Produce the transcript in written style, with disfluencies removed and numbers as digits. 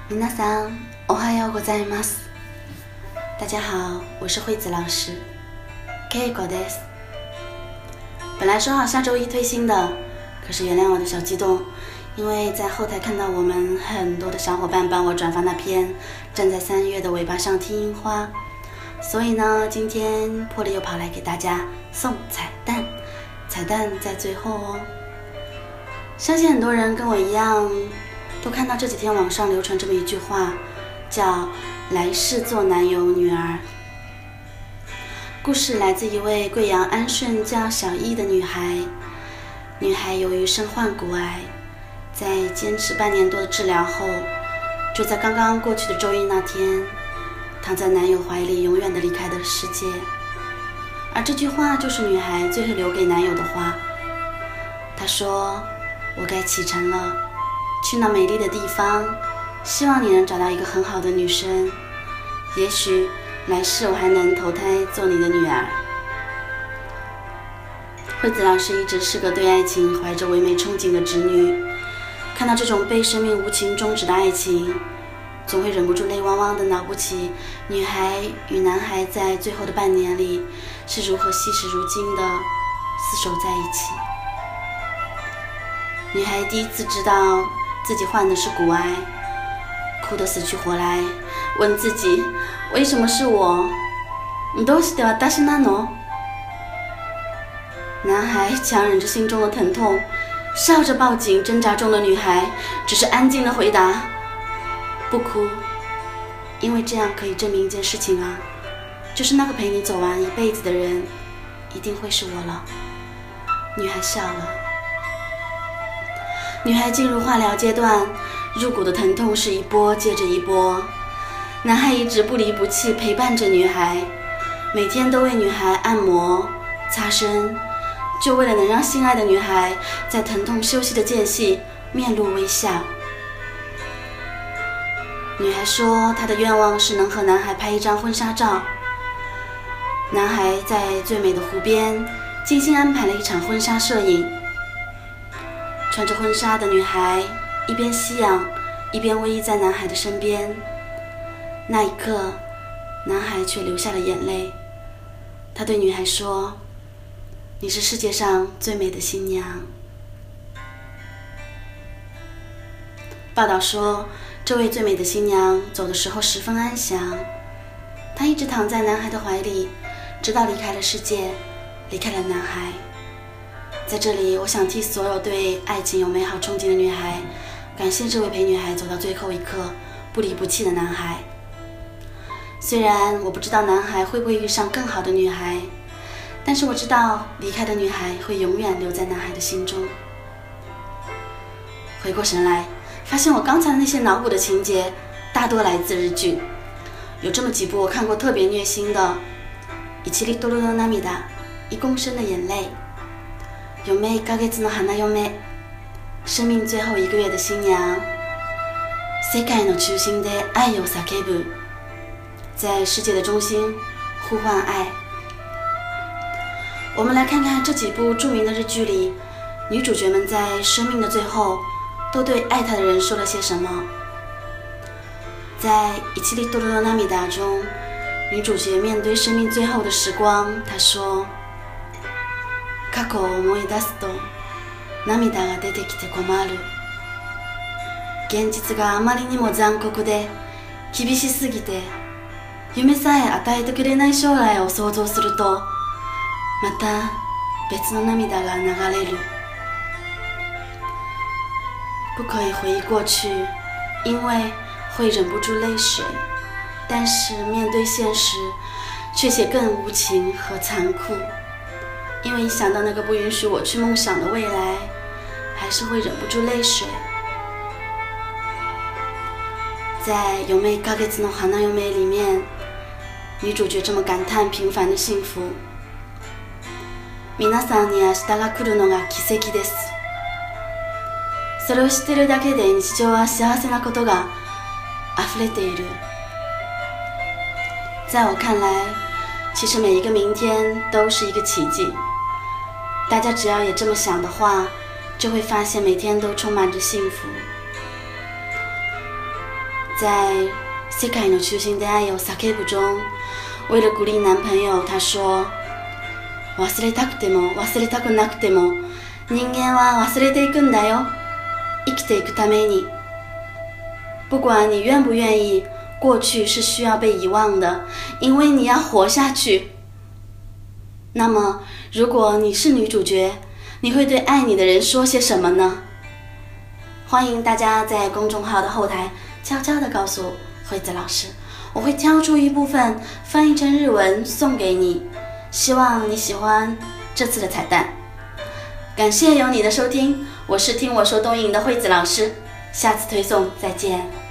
皆さん、おはようございます。大家好，我是惠子老师。Keikoです。本来说好下周一推新的，可是原谅我的小激动，因为在后台看到我们很多的小伙伴帮我转发那篇站在3月的尾巴上听樱花，所以呢，今天破例又跑来给大家送彩蛋，彩蛋在最后哦。相信很多人跟我一样，都看到这几天网上流传这么一句话，叫来世做男友女儿。故事来自一位贵阳安顺叫小艺的女孩。女孩由于身患骨癌，在坚持半年多的治疗后，就在刚刚过去的周一那天，躺在男友怀里永远的离开的世界。而这句话就是女孩最后留给男友的话。她说，我该启程了，去那美丽的地方，希望你能找到一个很好的女生，也许来世我还能投胎做你的女儿。惠子老师一直是个对爱情怀着唯美憧憬的侄女，看到这种被生命无情终止的爱情，总会忍不住泪汪汪地脑补起女孩与男孩在最后的半年里是如何惜时如金的厮守在一起。女孩第一次知道自己患的是骨癌，哭得死去活来，问自己为什么是我？どうして私なの？男孩强忍着心中的疼痛，笑着报警。挣扎中的女孩只是安静地回答，不哭，因为这样可以证明一件事情啊，就是那个陪你走完一辈子的人一定会是我了。女孩笑了。女孩进入化疗阶段，入骨的疼痛是一波接着一波。男孩一直不离不弃陪伴着女孩，每天都为女孩按摩擦身，就为了能让心爱的女孩在疼痛休息的间隙面露微笑。女孩说她的愿望是能和男孩拍一张婚纱照。男孩在最美的湖边精心安排了一场婚纱摄影。穿着婚纱的女孩一边吸氧一边偎依在男孩的身边，那一刻男孩却流下了眼泪。他对女孩说，你是世界上最美的新娘。报道说，这位最美的新娘走的时候十分安详，她一直躺在男孩的怀里，直到离开了世界，离开了男孩。在这里，我想替所有对爱情有美好憧憬的女孩，感谢这位陪女孩走到最后一刻不离不弃的男孩。虽然我不知道男孩会不会遇上更好的女孩，但是我知道离开的女孩会永远留在男孩的心中。回过神来，发现我刚才的那些脑补的情节大多来自日剧，有这么几部我看过特別虐心的1リットルの涙1公升的眼泪，余命1ヶ月の花嫁，生命最后1个月的新娘，世界の中心で愛を叫ぶ，在世界的中心呼唤爱。我们来看看这几部著名的日剧里，女主角们在生命的最后都对爱她的人说了些什么。在1リットルの涙中，女主角面对生命最后的时光，她说，過去を思い出すと涙が出てきて困る。現実があまりにも残酷で厳しすぎて、夢さえ与えてくれない将来を想像すると、また別の涙が流れる。不可以回忆过去，因为会忍不住泪水，但是面对现实却显更无情和残酷。因为一想到那个不允许我去梦想的未来，还是会忍不住泪水。在余命1ヶ月の花嫁里面，女主角这么感叹平凡的幸福。皆さんに明日が来るのが奇跡です。それを知ってるだけで日常は幸せなことが溢れている。在我看来，其实每一个明天都是一个奇迹。大家只要也这么想的话，就会发现每天都充满着幸福。 在《世界の中心で愛を叫ぶ》中，为了鼓励男朋友，她说：“忘れたくても忘れたくなくても、人間は忘れていくんだよ。生きていくために。不管你愿不愿意，过去是需要被遗忘的，因为你要活下去。”那么，如果你是女主角，你会对爱你的人说些什么呢？欢迎大家在公众号的后台悄悄地告诉惠子老师，我会挑出一部分翻译成日文送给你，希望你喜欢这次的彩蛋。感谢有你的收听，我是听我说东瀛的惠子老师，下次推送再见。